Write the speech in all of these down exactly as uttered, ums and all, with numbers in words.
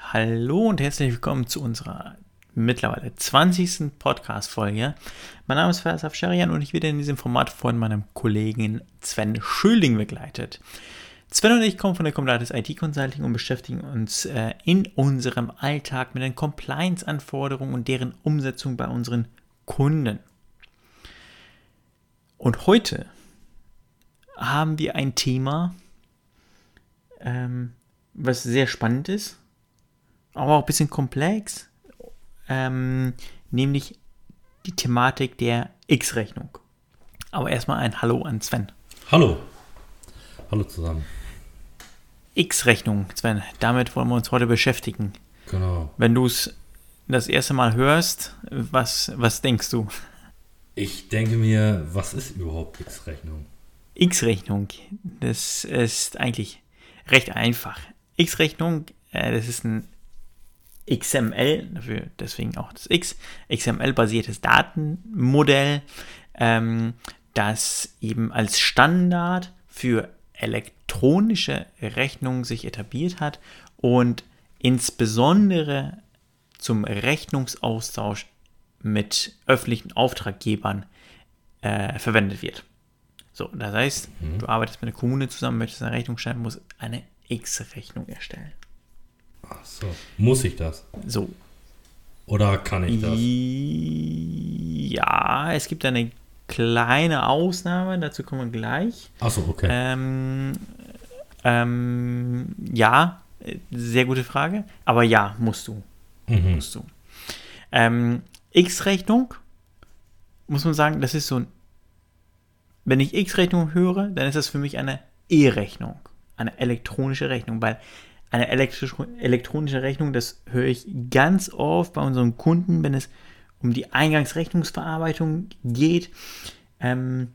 Hallo und herzlich willkommen zu unserer mittlerweile zwanzigsten Podcast-Folge. Mein Name ist Faisal Afsharian und ich werde in diesem Format von meinem Kollegen Sven Schölding begleitet. Sven und ich kommen von der Compliance I T Consulting und beschäftigen uns äh, in unserem Alltag mit den Compliance-Anforderungen und deren Umsetzung bei unseren Kunden. Und heute haben wir ein Thema, ähm, was sehr spannend ist, aber auch ein bisschen komplex, ähm, nämlich die Thematik der X-Rechnung. Aber erstmal ein Hallo an Sven. Hallo. Hallo zusammen. X-Rechnung, Sven, damit wollen wir uns heute beschäftigen. Genau. Wenn du es das erste Mal hörst, was, was denkst du? Ich denke mir, was ist überhaupt X-Rechnung? X-Rechnung, das ist eigentlich recht einfach. X-Rechnung, äh, das ist ein X M L, dafür deswegen auch das X, X M L-basiertes Datenmodell, ähm, das eben als Standard für elektronische Rechnungen sich etabliert hat und insbesondere zum Rechnungsaustausch mit öffentlichen Auftraggebern äh, verwendet wird. So, das heißt, mhm. du arbeitest mit einer Kommune zusammen, möchtest eine Rechnung schreiben, musst eine X-Rechnung erstellen. Ach so. Muss ich das? So. Oder kann ich das? Ja, es gibt eine kleine Ausnahme, dazu kommen wir gleich. Ach so, okay. Ähm, ähm, ja, sehr gute Frage. Aber ja, musst du. Mhm. Musst du. Ähm, X-Rechnung, muss man sagen, das ist so ein, wenn ich X-Rechnung höre, dann ist das für mich eine E-Rechnung. Eine elektronische Rechnung, weil eine elektronische Rechnung, das höre ich ganz oft bei unseren Kunden, wenn es um die Eingangsrechnungsverarbeitung geht. Ähm,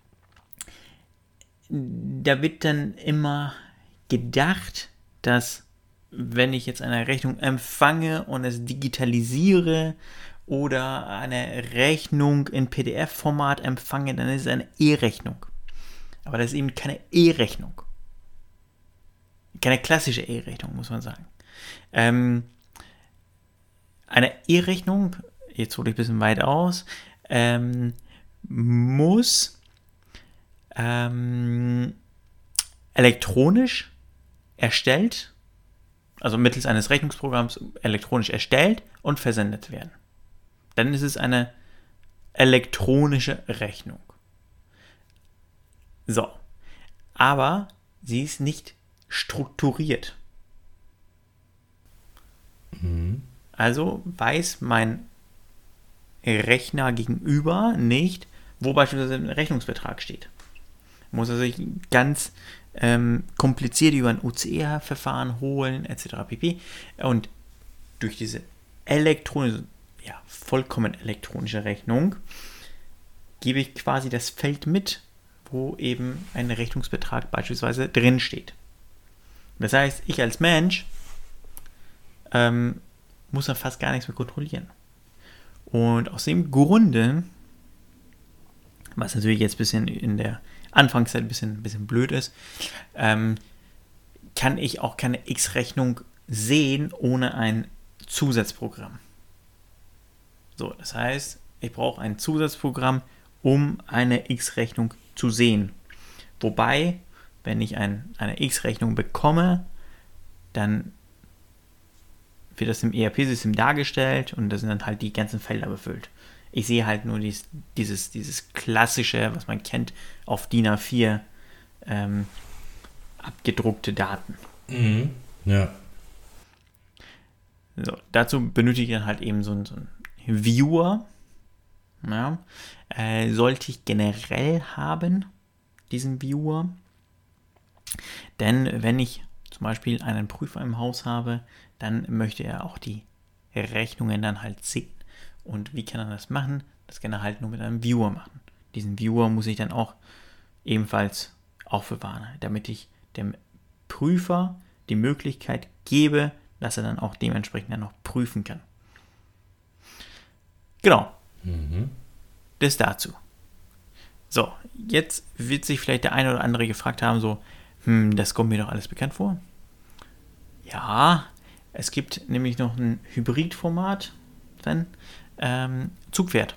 da wird dann immer gedacht, dass wenn ich jetzt eine Rechnung empfange und es digitalisiere oder eine Rechnung in P D F-Format empfange, dann ist es eine E-Rechnung. Aber das ist eben keine E-Rechnung. Keine klassische E-Rechnung, muss man sagen. Ähm, eine E-Rechnung, jetzt hole ich ein bisschen weit aus, ähm, muss ähm, elektronisch erstellt, also mittels eines Rechnungsprogramms elektronisch erstellt und versendet werden. Dann ist es eine elektronische Rechnung. So, aber sie ist nicht strukturiert. Mhm. Also weiß mein Rechner gegenüber nicht, wo beispielsweise ein Rechnungsbetrag steht. Muss er sich ganz ähm, kompliziert über ein U C R-Verfahren holen, et cetera pp. Und durch diese elektronische, ja, vollkommen elektronische Rechnung gebe ich quasi das Feld mit, wo eben ein Rechnungsbetrag beispielsweise drin steht. Das heißt, ich als Mensch ähm, muss dann fast gar nichts mehr kontrollieren. Und aus dem Grunde, was natürlich jetzt ein bisschen in der Anfangszeit ein bisschen, ein bisschen blöd ist, ähm, kann ich auch keine X-Rechnung sehen ohne ein Zusatzprogramm. So, das heißt, ich brauche ein Zusatzprogramm, um eine X-Rechnung zu sehen. Wobei, wenn ich ein, eine X-Rechnung bekomme, dann wird das im E R P-System dargestellt und da sind dann halt die ganzen Felder befüllt. Ich sehe halt nur dies, dieses, dieses klassische, was man kennt, auf D I N A vier ähm, abgedruckte Daten. Mhm. Ja. So, dazu benötige ich dann halt eben so einen, so einen Viewer. Ja, äh, sollte ich generell haben, diesen Viewer. Denn wenn ich zum Beispiel einen Prüfer im Haus habe, dann möchte er auch die Rechnungen dann halt sehen. Und wie kann er das machen? Das kann er halt nur mit einem Viewer machen. Diesen Viewer muss ich dann auch ebenfalls aufbewahren, damit ich dem Prüfer die Möglichkeit gebe, dass er dann auch dementsprechend dann noch prüfen kann. Genau. Mhm. Das dazu. So, jetzt wird sich vielleicht der eine oder andere gefragt haben, so, hm, das kommt mir doch alles bekannt vor. Ja, Es gibt nämlich noch ein Hybridformat, dann ähm, Zugpferd.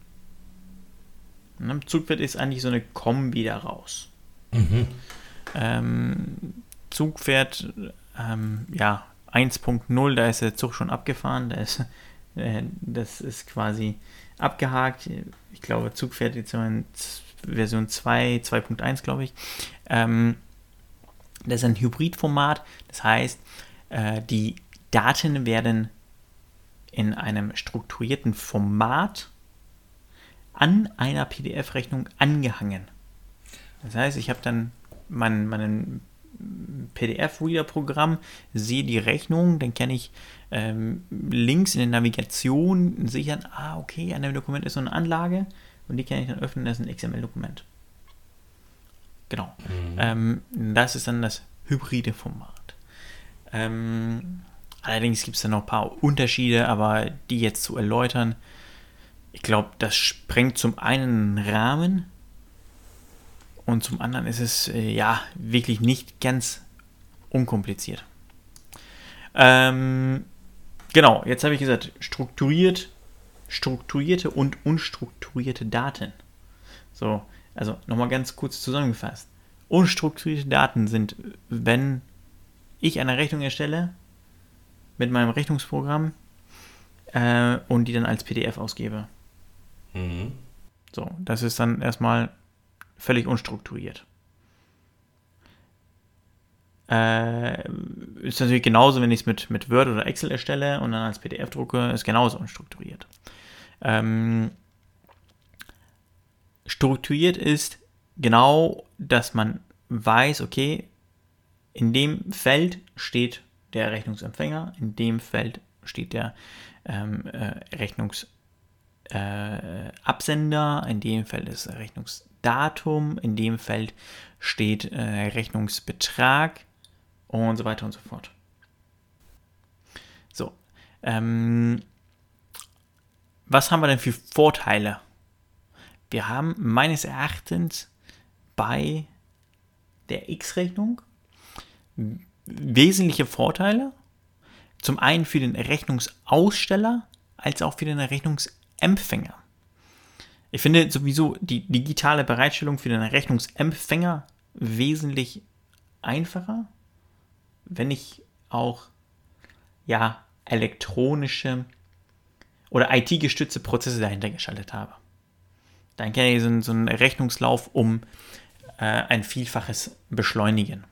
Ne? Zugpferd ist eigentlich so eine Kombi daraus. Mhm. Ähm, Zugpferd, ähm, ja, eins Punkt null, da ist der Zug schon abgefahren, da ist, äh, das ist quasi abgehakt. Ich glaube, Zugpferd jetzt in Version zwei, zwei Punkt eins, glaube ich. Ähm, das ist ein Hybridformat, das heißt, äh, die Daten werden in einem strukturierten Format an einer P D F-Rechnung angehangen. Das heißt, ich habe dann mein, mein P D F-Reader-Programm, sehe die Rechnung, dann kann ich ähm, links in der Navigation sichern, ah, okay, an dem Dokument ist so eine Anlage und die kann ich dann öffnen, das ist ein X M L-Dokument. Genau. Mhm. Ähm, das ist dann das hybride Format. Ähm, allerdings gibt es da noch ein paar Unterschiede, aber die jetzt zu erläutern, ich glaube, das sprengt zum einen den Rahmen und zum anderen ist es äh, ja wirklich nicht ganz unkompliziert. Ähm, genau, jetzt habe ich gesagt, strukturiert, strukturierte und unstrukturierte Daten. So, also nochmal ganz kurz zusammengefasst. Unstrukturierte Daten sind, wenn ich eine Rechnung erstelle mit meinem Rechnungsprogramm äh, und die dann als P D F ausgebe. Mhm. So, das ist dann erstmal völlig unstrukturiert. Äh, ist natürlich genauso, wenn ich es mit, mit Word oder Excel erstelle und dann als P D F drucke, ist genauso unstrukturiert. Ähm, strukturiert ist genau, dass man weiß, okay, in dem Feld steht der Rechnungsempfänger, in dem Feld steht der ähm, äh, Rechnungsabsender, äh, in dem Feld ist der Rechnungsdatum, in dem Feld steht äh, Rechnungsbetrag und so weiter und so fort. So, ähm, was haben wir denn für Vorteile? Wir haben meines Erachtens bei der X-Rechnung wesentliche Vorteile. Zum einen für den Rechnungsaussteller als auch für den Rechnungsempfänger. Ich finde sowieso die digitale Bereitstellung für den Rechnungsempfänger wesentlich einfacher, wenn ich auch ja, elektronische oder I T-gestützte Prozesse dahinter geschaltet habe. Dann kann ich so einen, so einen Rechnungslauf um äh, ein Vielfaches beschleunigen.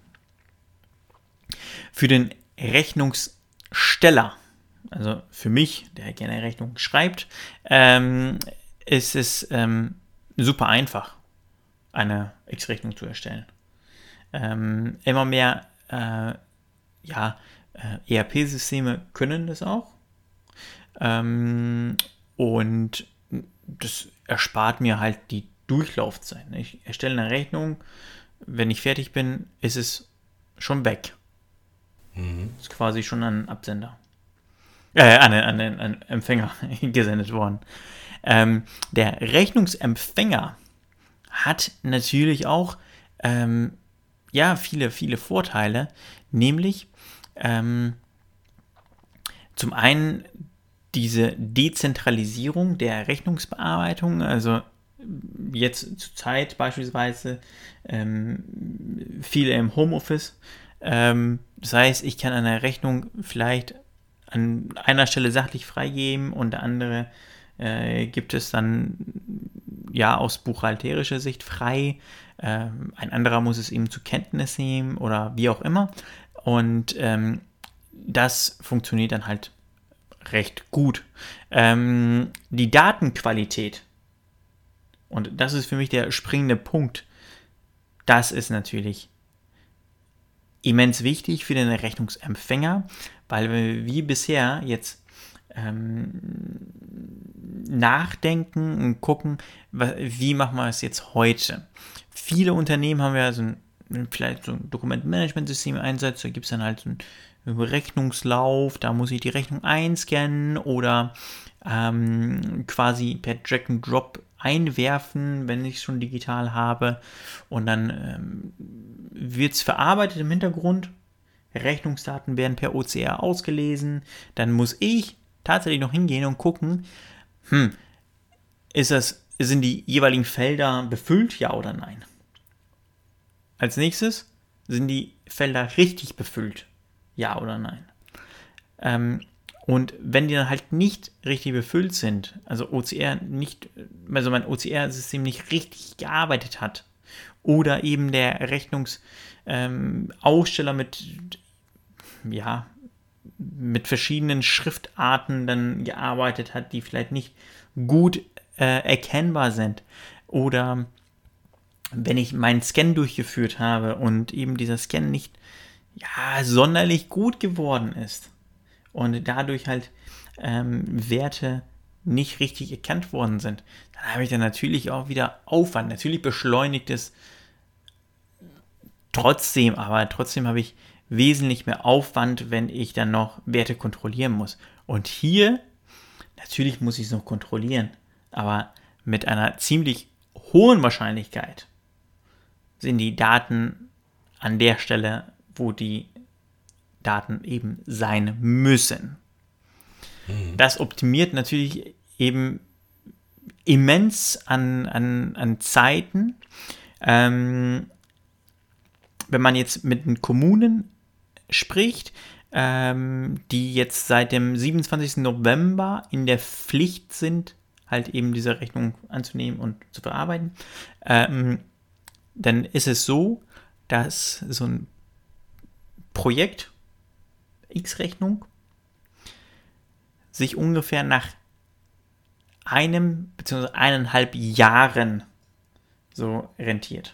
Für den Rechnungssteller, also für mich, der gerne Rechnung schreibt, ähm, ist es ähm, super einfach, eine X-Rechnung zu erstellen. Ähm, immer mehr äh, ja, äh, E R P-Systeme können das auch. Ähm, und das erspart mir halt die Durchlaufzeit. Ich erstelle eine Rechnung, wenn ich fertig bin, ist es schon weg. Mhm. Ist quasi schon an einen Absender. Äh, an den, an den, an den Empfänger gesendet worden. Ähm, der Rechnungsempfänger hat natürlich auch ähm, ja, viele, viele Vorteile, nämlich ähm, zum einen diese Dezentralisierung der Rechnungsbearbeitung, also jetzt zur Zeit beispielsweise ähm, viele im Homeoffice. Ähm, das heißt, ich kann eine Rechnung vielleicht an einer Stelle sachlich freigeben und der andere äh, gibt es dann ja aus buchhalterischer Sicht frei. Ähm, ein anderer muss es eben zur Kenntnis nehmen oder wie auch immer. Und ähm, das funktioniert dann halt recht gut. Ähm, die Datenqualität, und das ist für mich der springende Punkt, das ist natürlich immens wichtig für den Rechnungsempfänger, weil wir wie bisher jetzt ähm, nachdenken und gucken, wie machen wir es jetzt heute. Viele Unternehmen haben ja so ein, vielleicht so ein Dokumentenmanagementsystem im Einsatz, da gibt es dann halt so einen Rechnungslauf, da muss ich die Rechnung einscannen oder ähm, quasi per Drag and Drop einwerfen, wenn ich es schon digital habe und dann ähm, wird es verarbeitet im Hintergrund, Rechnungsdaten werden per O C R ausgelesen. Dann muss ich tatsächlich noch hingehen und gucken, hm, ist das, sind die jeweiligen Felder befüllt, ja oder nein? Als nächstes, sind die Felder richtig befüllt, ja oder nein? Ähm, und wenn die dann halt nicht richtig befüllt sind, also O C R nicht, also mein O C R-System nicht richtig gearbeitet hat, oder eben der Rechnungsaussteller ähm, mit, ja, mit verschiedenen Schriftarten dann gearbeitet hat, die vielleicht nicht gut äh, erkennbar sind. Oder wenn ich meinen Scan durchgeführt habe und eben dieser Scan nicht ja, sonderlich gut geworden ist und dadurch halt ähm, Werte nicht richtig erkannt worden sind, dann habe ich dann natürlich auch wieder Aufwand. Natürlich beschleunigt es trotzdem, aber trotzdem habe ich wesentlich mehr Aufwand, wenn ich dann noch Werte kontrollieren muss. Und hier, natürlich muss ich es noch kontrollieren, aber mit einer ziemlich hohen Wahrscheinlichkeit sind die Daten an der Stelle, wo die Daten eben sein müssen. Mhm. Das optimiert natürlich eben immens an, an, an Zeiten. Ähm, wenn man jetzt mit den Kommunen spricht, ähm, die jetzt seit dem siebenundzwanzigsten November in der Pflicht sind, halt eben diese Rechnung anzunehmen und zu verarbeiten, ähm, dann ist es so, dass so ein Projekt, X-Rechnung, sich ungefähr nach einem bzw. eineinhalb Jahren so rentiert.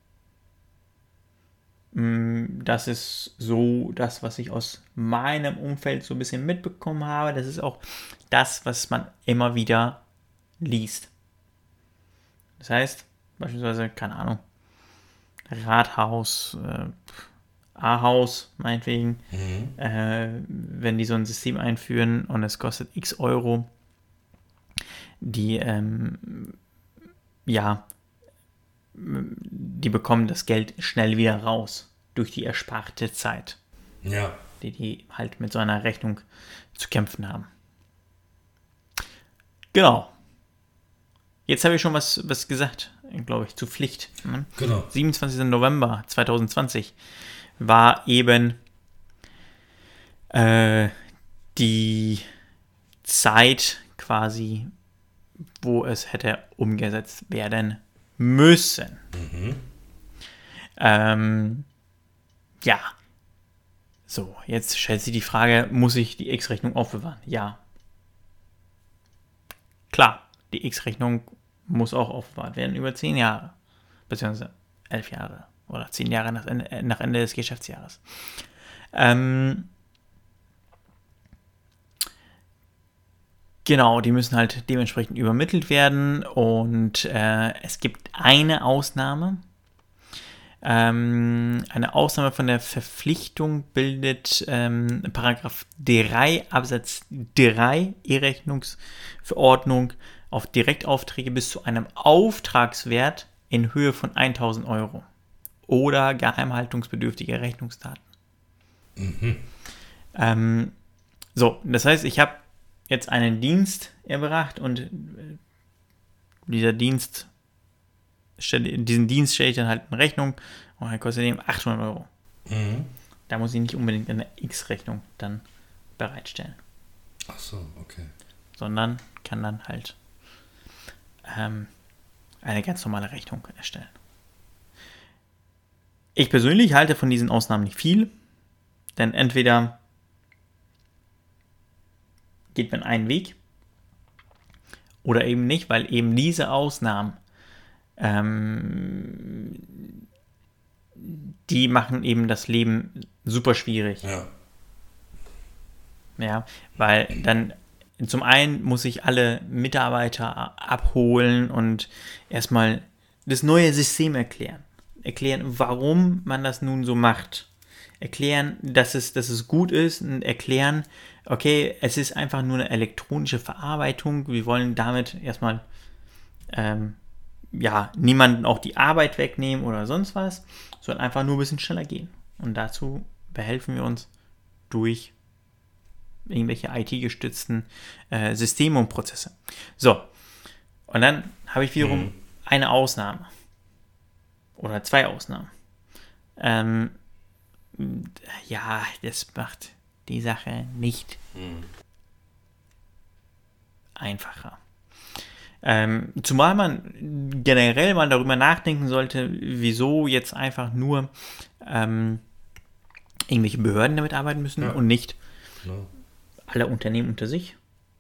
Das ist so das, was ich aus meinem Umfeld so ein bisschen mitbekommen habe. Das ist auch das, was man immer wieder liest. Das heißt, beispielsweise, keine Ahnung, Rathaus, äh, A-Haus, meinetwegen, mhm. äh, wenn die so ein System einführen und es kostet x Euro, die, ähm, ja, die bekommen das Geld schnell wieder raus durch die ersparte Zeit, ja. die die halt mit so einer Rechnung zu kämpfen haben. Genau. Jetzt habe ich schon was, was gesagt, glaube ich, zu Pflicht. Ne? Genau. siebenundzwanzigsten November zweitausendzwanzig war eben äh, die Zeit quasi, wo es hätte umgesetzt werden müssen. Mhm. Ähm, ja. So, jetzt stellt sich die Frage, muss ich die X-Rechnung aufbewahren? Ja. Klar, die X-Rechnung muss auch aufbewahrt werden über zehn Jahre. Beziehungsweise elf Jahre. Oder zehn Jahre nach Ende, nach Ende des Geschäftsjahres. Ähm, Genau, die müssen halt dementsprechend übermittelt werden und äh, es gibt eine Ausnahme. Ähm, eine Ausnahme von der Verpflichtung bildet ähm, Paragraph drei Absatz drei E-Rechnungsverordnung auf Direktaufträge bis zu einem Auftragswert in Höhe von tausend Euro oder geheimhaltungsbedürftige Rechnungsdaten. Mhm. Ähm, so, das heißt, ich habe jetzt einen Dienst erbracht und dieser Dienst, diesen Dienst stelle ich dann halt in Rechnung und dann kostet dem achthundert Euro. Mhm. Da muss ich nicht unbedingt eine X-Rechnung dann bereitstellen. Ach so, okay. Sondern kann dann halt ähm, eine ganz normale Rechnung erstellen. Ich persönlich halte von diesen Ausnahmen nicht viel, denn entweder geht man einen Weg oder eben nicht, weil eben diese Ausnahmen, ähm, die machen eben das Leben super schwierig. Ja. Ja, weil dann zum einen muss ich alle Mitarbeiter abholen und erstmal das neue System erklären. Erklären, warum man das nun so macht. Erklären, dass es, dass es gut ist und erklären, okay, es ist einfach nur eine elektronische Verarbeitung. Wir wollen damit erstmal ähm, ja, niemanden auch die Arbeit wegnehmen oder sonst was, sondern einfach nur ein bisschen schneller gehen. Und dazu behelfen wir uns durch irgendwelche I T-gestützten äh, Systeme und Prozesse. So, und dann habe ich wiederum mhm. eine Ausnahme. Oder zwei Ausnahmen. Ähm, ja, das macht die Sache nicht mhm. einfacher. Ähm, zumal man generell mal darüber nachdenken sollte, wieso jetzt einfach nur ähm, irgendwelche Behörden damit arbeiten müssen ja. und nicht ja. alle Unternehmen unter sich.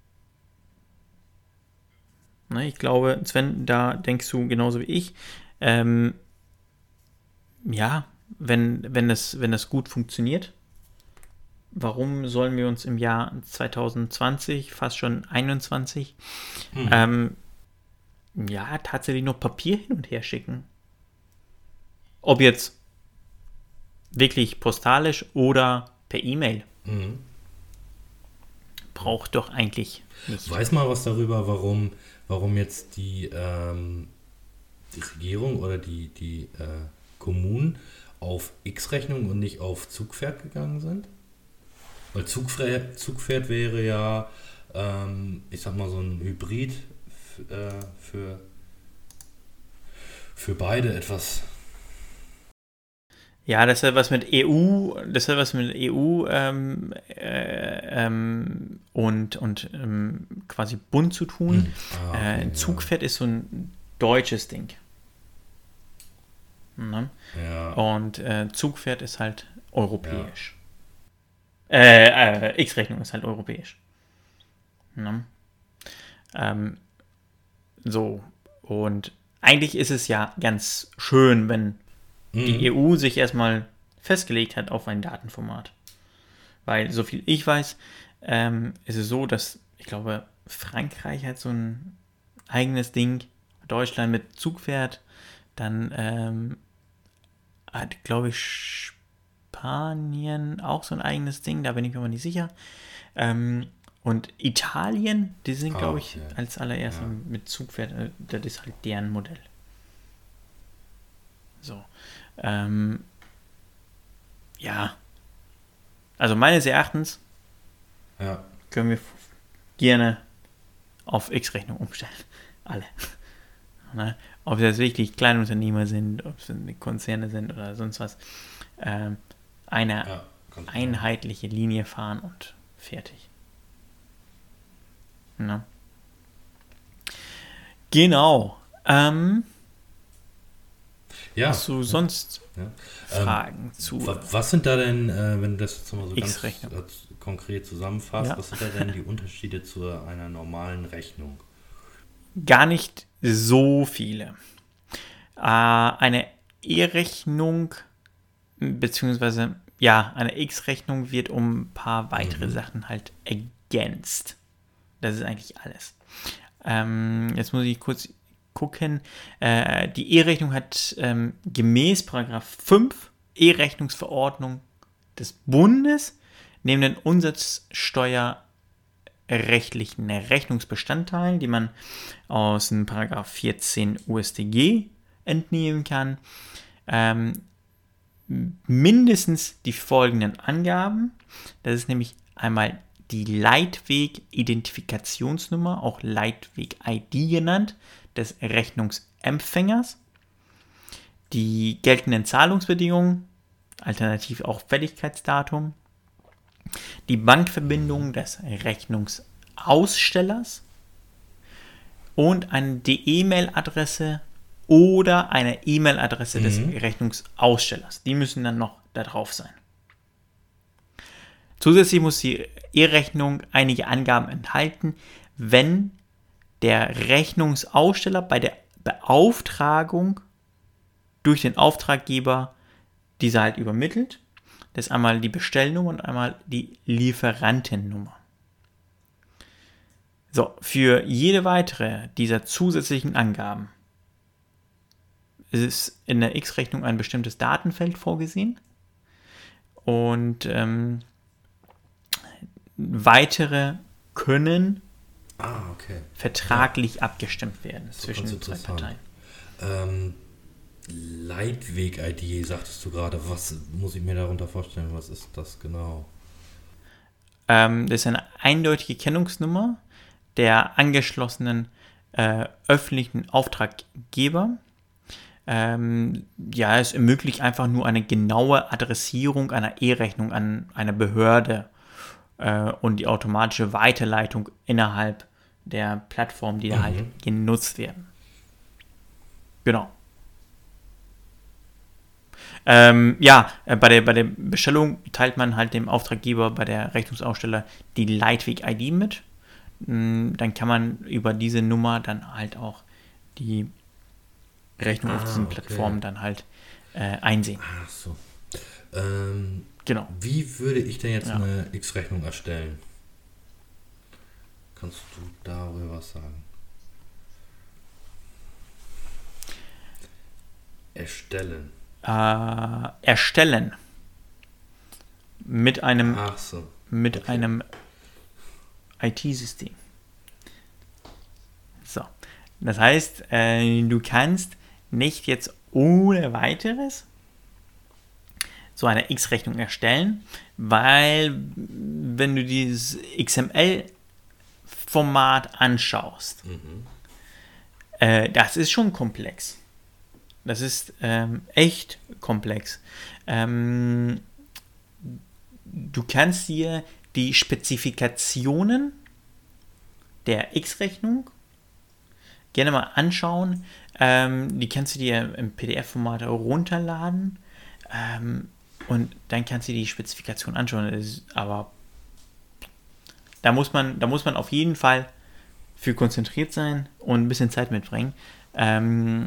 Ne, ich glaube, Sven, da denkst du genauso wie ich. Ähm, ja, wenn, wenn, das, wenn das gut funktioniert, warum sollen wir uns im Jahr zwanzig zwanzig, fast schon einundzwanzig, mhm. ähm, ja, tatsächlich noch Papier hin und her schicken? Ob jetzt wirklich postalisch oder per E-Mail. Mhm. Braucht doch eigentlich nicht. Weiß mal was darüber, warum, warum jetzt die, ähm, die Regierung oder die, die äh, Kommunen auf X-Rechnung und nicht auf Zugpferd gegangen sind? Weil Zugpferd, Zugpferd wäre ja, ähm, ich sag mal, so ein Hybrid f- äh, für, für beide etwas. Ja, das hat was mit E U, das hat was mit E U ähm, äh, ähm, und, und ähm, quasi Bund zu tun. Hm. Ah, okay, äh, ein Zugpferd ja. ist so ein deutsches Ding. Ne? Ja. Und äh, Zugpferd ist halt europäisch. Ja. Äh, äh, X-Rechnung ist halt europäisch. Ne? Ähm, so, und eigentlich ist es ja ganz schön, wenn die mhm. E U sich erstmal festgelegt hat auf ein Datenformat. Weil, so viel ich weiß, ähm, ist es so, dass, ich glaube, Frankreich hat so ein eigenes Ding, Deutschland mit Zugpferd, dann ähm, hat, glaube ich, Spanien auch so ein eigenes Ding, da bin ich mir aber nicht sicher. Ähm, und Italien, die sind, oh, glaube ich, okay. als allererstes ja. mit Zugpferd, äh, das ist halt deren Modell. So. Ähm, ja. Also meines Erachtens ja. können wir f- gerne auf X-Rechnung umstellen. Alle. Ne? Ob das wirklich Kleinunternehmer sind, ob es Konzerne sind oder sonst was. Ähm, eine ja, einheitliche Linie fahren und fertig. Ne? Genau. Ähm, Ja. Hast du sonst ja. Fragen ähm, zu? Was sind da denn, äh, wenn du das jetzt mal so ganz äh, konkret zusammenfasst, ja. was sind da denn die Unterschiede zu einer normalen Rechnung? Gar nicht so viele. Äh, eine E-Rechnung, beziehungsweise, ja, eine X-Rechnung wird um ein paar weitere mhm. Sachen halt ergänzt. Das ist eigentlich alles. Ähm, jetzt muss ich kurz gucken. Äh, die E-Rechnung hat ähm, gemäß Paragraph fünf E-Rechnungsverordnung des Bundes neben den umsatzsteuerrechtlichen Rechnungsbestandteilen, die man aus dem Paragraph vierzehn U S T G entnehmen kann, ähm, mindestens die folgenden Angaben. Das ist nämlich einmal die Leitweg-Identifikationsnummer, auch Leitweg-I D genannt, des Rechnungsempfängers, die geltenden Zahlungsbedingungen, alternativ auch Fälligkeitsdatum, die Bankverbindung des Rechnungsausstellers und eine die E-Mail-Adresse oder eine E-Mail-Adresse mhm. des Rechnungsausstellers. Die müssen dann noch da drauf sein. Zusätzlich muss die E-Rechnung einige Angaben enthalten, wenn der Rechnungsaussteller bei der Beauftragung durch den Auftraggeber diese halt übermittelt. Das ist einmal die Bestellnummer und einmal die Lieferantennummer. So, für jede weitere dieser zusätzlichen Angaben ist in der X-Rechnung ein bestimmtes Datenfeld vorgesehen und ähm, weitere können Ah, okay. vertraglich ja. abgestimmt werden so zwischen zwei Parteien. Ähm, Leitweg-I D, sagtest du gerade. Was muss ich mir darunter vorstellen? Was ist das genau? Ähm, das ist eine eindeutige Kennungsnummer der angeschlossenen äh, öffentlichen Auftraggeber. Ähm, ja, es ermöglicht einfach nur eine genaue Adressierung einer E-Rechnung an eine Behörde äh, und die automatische Weiterleitung innerhalb der Plattform, die da Mhm. halt genutzt werden. Genau. Ähm, ja, äh, bei, der, bei der Bestellung teilt man halt dem Auftraggeber bei der Rechnungsaussteller die Leitweg-I D mit. Mm, Dann kann man über diese Nummer dann halt auch die Rechnung auf Ah, diesen okay. Plattformen dann halt äh, einsehen. Ach so. Ähm, Genau. wie würde ich denn jetzt Ja. eine X-Rechnung erstellen? Kannst du darüber was sagen? Erstellen. Äh, erstellen mit einem, Ach so. mit Okay. einem I T-System. So. Das heißt, äh, du kannst nicht jetzt ohne weiteres so eine X-Rechnung erstellen, weil wenn du dieses X M L-Format anschaust, Mhm. äh, das ist schon komplex. Das ist ähm, echt komplex. Ähm, du kannst dir die Spezifikationen der X-Rechnung gerne mal anschauen. Ähm, die kannst du dir im P D F-Format runterladen. Ähm, und dann kannst du die Spezifikation anschauen. Das ist, aber da muss man, da muss man auf jeden Fall für konzentriert sein und ein bisschen Zeit mitbringen. Ähm,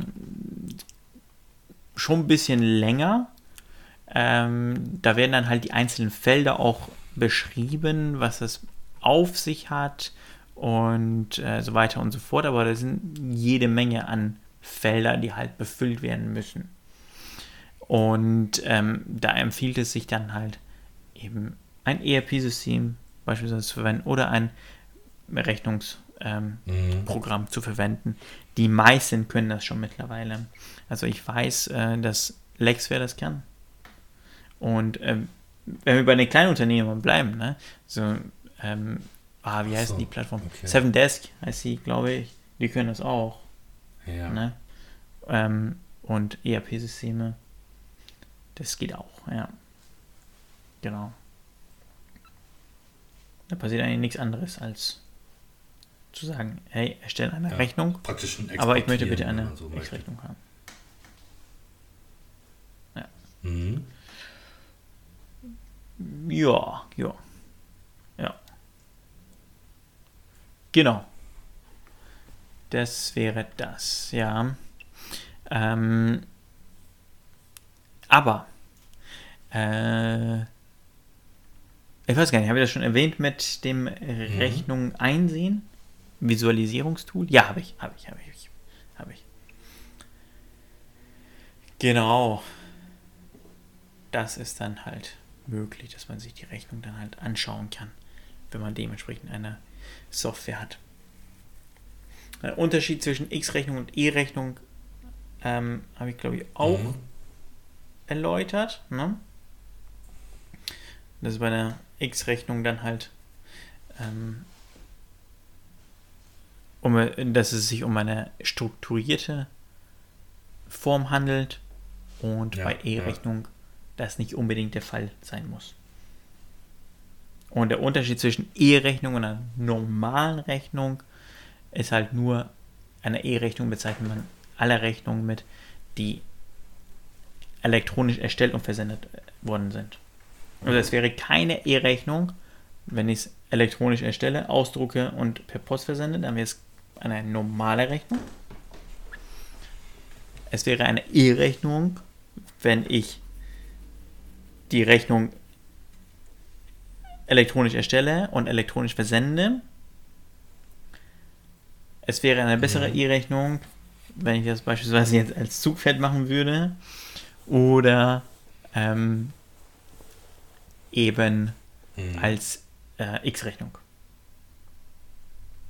schon ein bisschen länger. Ähm, da werden dann halt die einzelnen Felder auch beschrieben, was es auf sich hat und äh, so weiter und so fort. Aber da sind jede Menge an Felder, die halt befüllt werden müssen. Und ähm, da empfiehlt es sich dann halt eben ein E R P-System beispielsweise zu verwenden oder ein Rechnungsprogramm ähm, Mhm. zu verwenden. Die meisten können das schon mittlerweile. Also ich weiß, äh, dass Lexware das kann. Und ähm, wenn wir bei den kleinen Unternehmen bleiben, ne, so, ähm, ah, wie Ach heißt so, die Plattform? okay. Seven Desk heißt sie, glaube ich. Die können das auch. Ja. Ne? Ähm, und E R P-Systeme, das geht auch, ja. Genau. Da passiert eigentlich nichts anderes, als zu sagen, hey, erstelle eine Ja, Rechnung, praktisch ein aber ich möchte bitte Exportieren, wenn eine man so möchte. X-Rechnung haben. Ja. Mhm. Ja, ja. Ja. Genau. Das wäre das, ja. Ähm, aber, äh, ich weiß gar nicht, habe ich das schon erwähnt mit dem Rechnung einsehen? Visualisierungstool? Ja, habe ich, habe ich, habe ich, habe ich. Genau. Das ist dann halt möglich, dass man sich die Rechnung dann halt anschauen kann, wenn man dementsprechend eine Software hat. Der Unterschied zwischen X-Rechnung und E-Rechnung ähm, habe ich, glaube ich, auch Mhm. erläutert. Ne? Das ist bei der X-Rechnung dann halt, ähm, um, dass es sich um eine strukturierte Form handelt und Ja, bei E-Rechnung das nicht unbedingt der Fall sein muss. Und der Unterschied zwischen E-Rechnung und einer normalen Rechnung ist halt nur, eine E-Rechnung bezeichnet man alle Rechnungen mit, die elektronisch erstellt und versendet worden sind. Also es wäre keine E-Rechnung, wenn ich es elektronisch erstelle, ausdrucke und per Post versende, dann wäre es eine normale Rechnung. Es wäre eine E-Rechnung, wenn ich die Rechnung elektronisch erstelle und elektronisch versende. Es wäre eine bessere Mhm. E-Rechnung, wenn ich das beispielsweise jetzt als Zugpferd machen würde oder ähm, eben Mhm. als äh, X-Rechnung.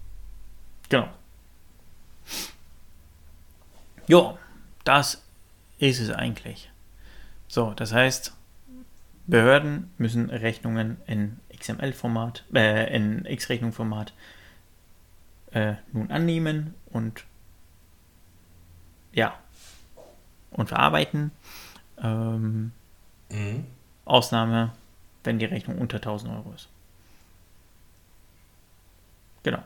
Genau. Ja, das ist es eigentlich? So, das heißt, Behörden müssen Rechnungen in X M L-Format, äh, in X-Rechnung-Format äh, nun annehmen und ja, und verarbeiten. Ähm, Mhm. Ausnahme, wenn die Rechnung unter tausend Euro ist. Genau.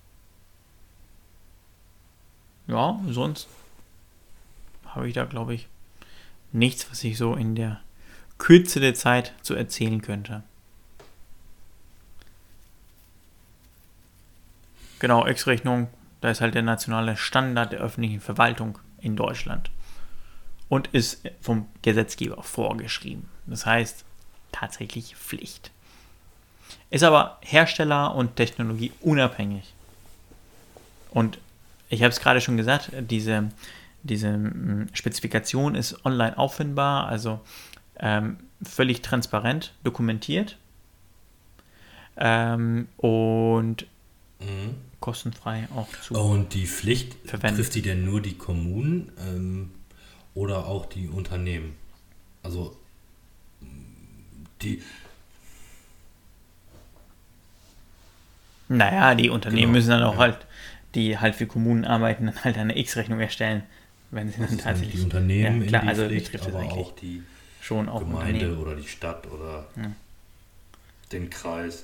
Ja, sonst habe ich da, glaube ich, nichts, was ich so in der Kürze der Zeit zu erzählen könnte. Genau, X-Rechnung, da ist halt der nationale Standard der öffentlichen Verwaltung in Deutschland und ist vom Gesetzgeber vorgeschrieben. Das heißt, tatsächlich Pflicht. Ist aber Hersteller- und Technologie unabhängig. Und ich habe es gerade schon gesagt, diese, diese Spezifikation ist online auffindbar, also ähm, völlig transparent dokumentiert ähm, und Mhm. kostenfrei auch zu Und die Pflicht, verwenden. trifft die denn nur die Kommunen ähm, oder auch die Unternehmen? Also die, Naja, die Unternehmen genau, müssen dann auch ja. halt, die halt für Kommunen arbeiten, dann halt eine X-Rechnung erstellen, wenn sie Das dann ist dann die tatsächlich. Unternehmen Ja, klar, in die also Pflicht, betrifft das aber eigentlich auch die schon auch Gemeinde Unternehmen. oder die Stadt oder Ja. den Kreis.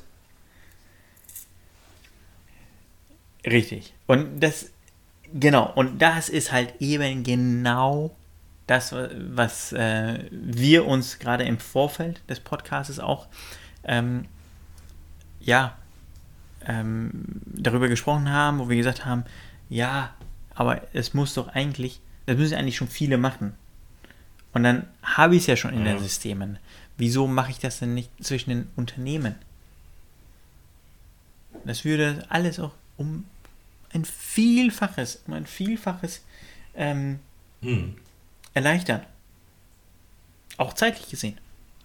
Richtig. Und das, genau, und das ist halt eben genau das, was äh, wir uns gerade im Vorfeld des Podcasts auch ähm, ja, ähm, darüber gesprochen haben, wo wir gesagt haben, ja, aber es muss doch eigentlich, das müssen eigentlich schon viele machen. Und dann habe ich es ja schon in Ja. den Systemen. Wieso mache ich das denn nicht zwischen den Unternehmen? Das würde alles auch um ein Vielfaches, um ein Vielfaches ähm, Hm. erleichtern. Auch zeitlich gesehen.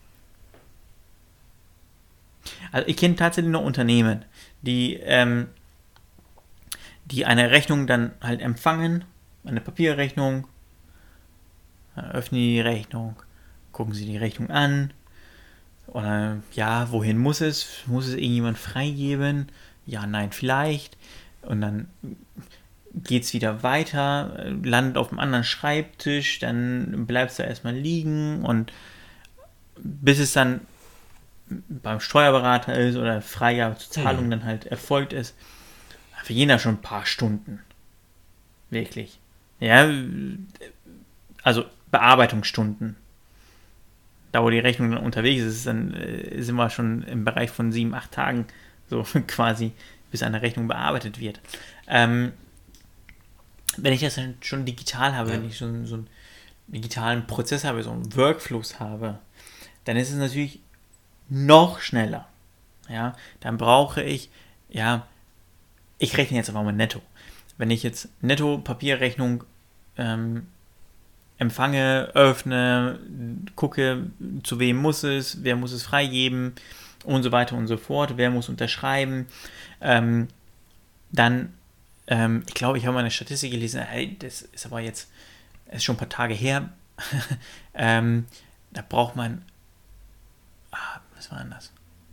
Also ich kenne tatsächlich noch Unternehmen, die, ähm, die eine Rechnung dann halt empfangen, eine Papierrechnung, dann öffnen die Rechnung, gucken sie die Rechnung an, oder ja, wohin muss es? Muss es irgendjemand freigeben? Ja, nein, vielleicht. Und dann geht es wieder weiter, landet auf einem anderen Schreibtisch, dann bleibt es da erstmal liegen und bis es dann beim Steuerberater ist oder Freigabe zur Zahlung Hm. dann halt erfolgt ist, vergehen da schon ein paar Stunden. Wirklich. Ja, also Bearbeitungsstunden. Da wo die Rechnung dann unterwegs ist, dann äh, sind wir schon im Bereich von sieben, acht Tagen so quasi, bis eine Rechnung bearbeitet wird. Ähm, wenn ich das dann schon digital habe, Ja. wenn ich schon so einen digitalen Prozess habe, so einen Workflows habe, dann ist es natürlich noch schneller. Ja, dann brauche ich, ja, ich rechne jetzt einfach mal netto. Wenn ich jetzt netto Papierrechnung ähm, empfange, öffne, gucke, zu wem muss es, wer muss es freigeben und so weiter und so fort, wer muss unterschreiben, ähm, dann, ähm, ich glaube, ich habe mal eine Statistik gelesen, hey, das ist aber jetzt, ist schon ein paar Tage her, ähm, da braucht man, ah, was war denn das?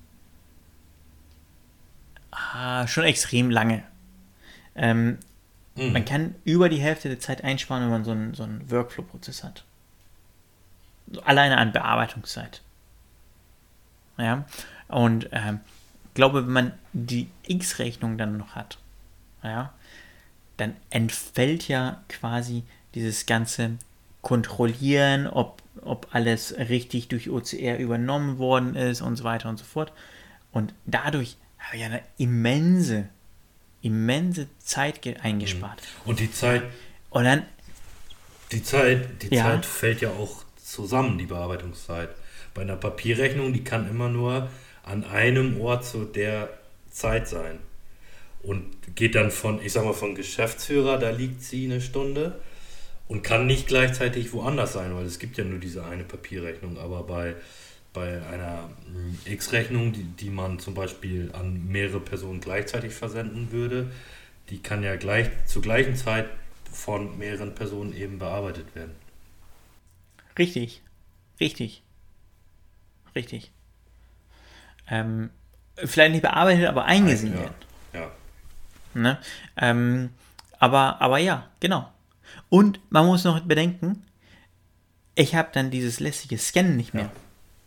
Ah, schon extrem lange. Ähm, Hm. Man kann über die Hälfte der Zeit einsparen, wenn man so einen, so einen Workflow-Prozess hat. So alleine an Bearbeitungszeit. Ja, und ähm, ich glaube, wenn man die X-Rechnung dann noch hat, ja, dann entfällt ja quasi dieses ganze Kontrollieren, ob, ob alles richtig durch O C R übernommen worden ist und so weiter und so fort. Und dadurch habe ich eine immense, immense Zeit ge- eingespart. Und die Zeit, Und dann, die Zeit, die Ja. Zeit fällt ja auch zusammen, die Bearbeitungszeit. Bei einer Papierrechnung, die kann immer nur an einem Ort zu der Zeit sein. Und geht dann von, ich sag mal, von Geschäftsführer, da liegt sie eine Stunde und kann nicht gleichzeitig woanders sein, weil es gibt ja nur diese eine Papierrechnung. Aber bei, bei einer mm, X-Rechnung, die, die man zum Beispiel an mehrere Personen gleichzeitig versenden würde, die kann ja gleich zur gleichen Zeit von mehreren Personen eben bearbeitet werden. Richtig. Richtig. Richtig. Ähm, vielleicht nicht bearbeitet, aber eingesehen ja. werden. Ja. Ne? Ähm, aber, aber ja, genau. Und man muss noch bedenken, ich habe dann dieses lästige Scannen nicht mehr.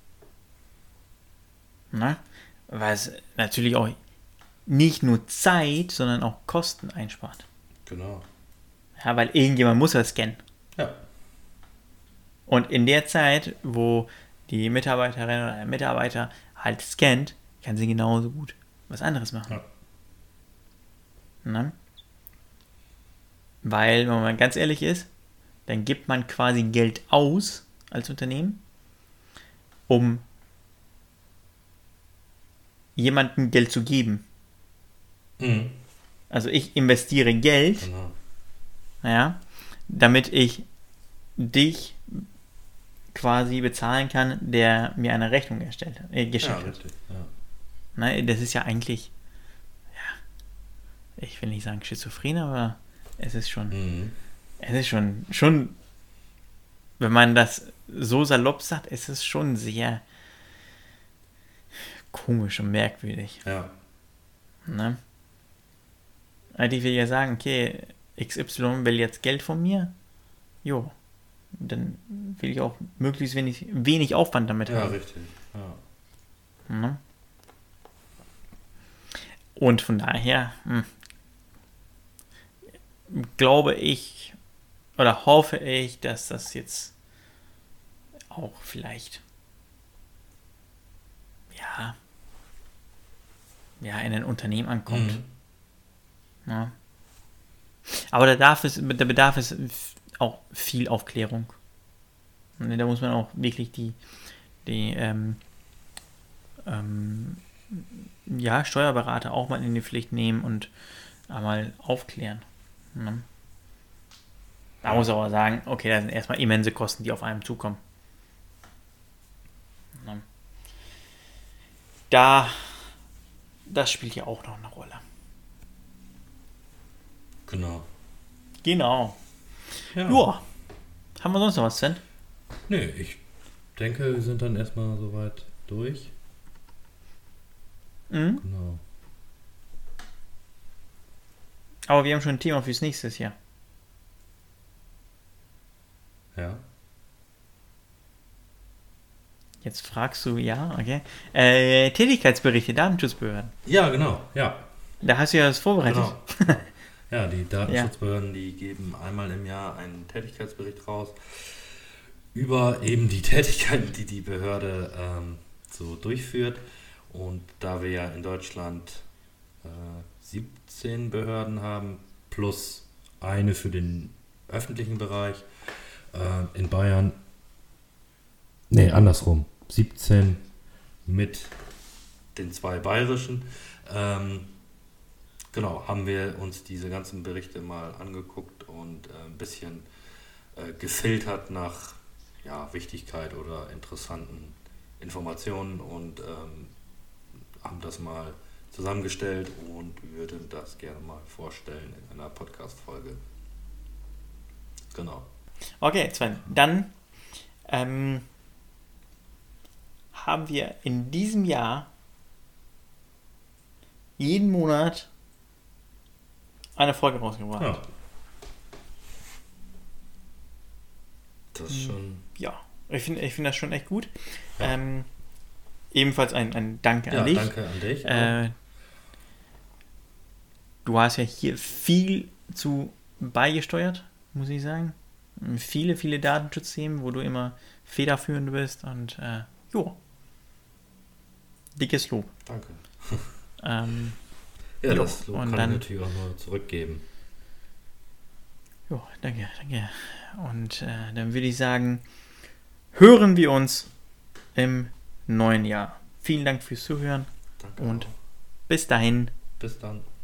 Ja. Ne? Weil es natürlich auch nicht nur Zeit, sondern auch Kosten einspart. Genau. Ja, weil irgendjemand muss ja scannen. Ja. Und in der Zeit, wo die Mitarbeiterin oder der Mitarbeiter halt scannt, kann sie genauso gut was anderes machen. Ja. Ne? Weil, wenn man ganz ehrlich ist, dann gibt man quasi Geld aus als Unternehmen, um jemandem Geld zu geben. Mhm. Also ich investiere Geld, Genau. ja, damit ich dich quasi bezahlen kann, der mir eine Rechnung erstellt, äh, geschickt Ja, hat. richtig. Ja. Ne, das ist ja eigentlich, ja, ich will nicht sagen schizophren, aber es ist schon, Mhm. es ist schon, schon, wenn man das so salopp sagt, es ist schon sehr komisch und merkwürdig. Ja. Ne? Eigentlich will ich ja sagen, okay, X Y will jetzt Geld von mir, jo, dann will ich auch möglichst wenig, wenig Aufwand damit Ja, haben. richtig. Ja. Ne? Und von daher hm, glaube ich oder hoffe ich, dass das jetzt auch vielleicht ja, ja in ein Unternehmen ankommt. Mhm. Ja. Aber da darf es, da bedarf es auch viel Aufklärung. Und da muss man auch wirklich die, die ähm, ähm, ja, Steuerberater auch mal in die Pflicht nehmen und einmal aufklären. Ne? Da muss man aber sagen, okay, da sind erstmal immense Kosten, die auf einem zukommen. Ne? Da, das spielt ja auch noch eine Rolle. Genau. Genau. Ja. Joa. Haben wir sonst noch was, Sven? Nee, ich denke, wir sind dann erstmal soweit durch. Mhm. Genau. Aber wir haben schon ein Thema fürs nächste Jahr. Ja. Jetzt fragst du, ja, okay. Äh, Tätigkeitsberichte, Datenschutzbehörden. Ja, genau. Ja. Da hast du ja das vorbereitet. Genau. Ja, die Datenschutzbehörden, die geben einmal im Jahr einen Tätigkeitsbericht raus über eben die Tätigkeiten, die die Behörde ähm, so durchführt. Und da wir ja in Deutschland äh, siebzehn Behörden haben, plus eine für den öffentlichen Bereich, äh, in Bayern, nee, andersrum, siebzehn mit den zwei bayerischen, ähm, genau, haben wir uns diese ganzen Berichte mal angeguckt und äh, ein bisschen äh, gefiltert nach ja, Wichtigkeit oder interessanten Informationen und ähm, haben das mal zusammengestellt und würden das gerne mal vorstellen in einer Podcast-Folge. Genau. Okay, Sven, dann ähm, haben wir in diesem Jahr jeden Monat eine Folge rausgebracht. Ja. Das ist schon. Ja, ich finde ich find das schon echt gut. Ja. Ähm, ebenfalls ein, ein Danke Ja, an dich. danke an dich. Äh, du hast ja hier viel zu beigesteuert, muss ich sagen. Viele, viele Datenschutzthemen, wo du immer federführend bist und äh, jo. Dickes Lob. Danke. Ähm, Ja, jo, das Lob und kann dann- ich natürlich auch nur zurückgeben. jo, danke, danke. Und äh, dann würde ich sagen, hören wir uns im neuen Jahr. Vielen Dank fürs Zuhören Danke. Und- auch. bis dahin. Bis dann.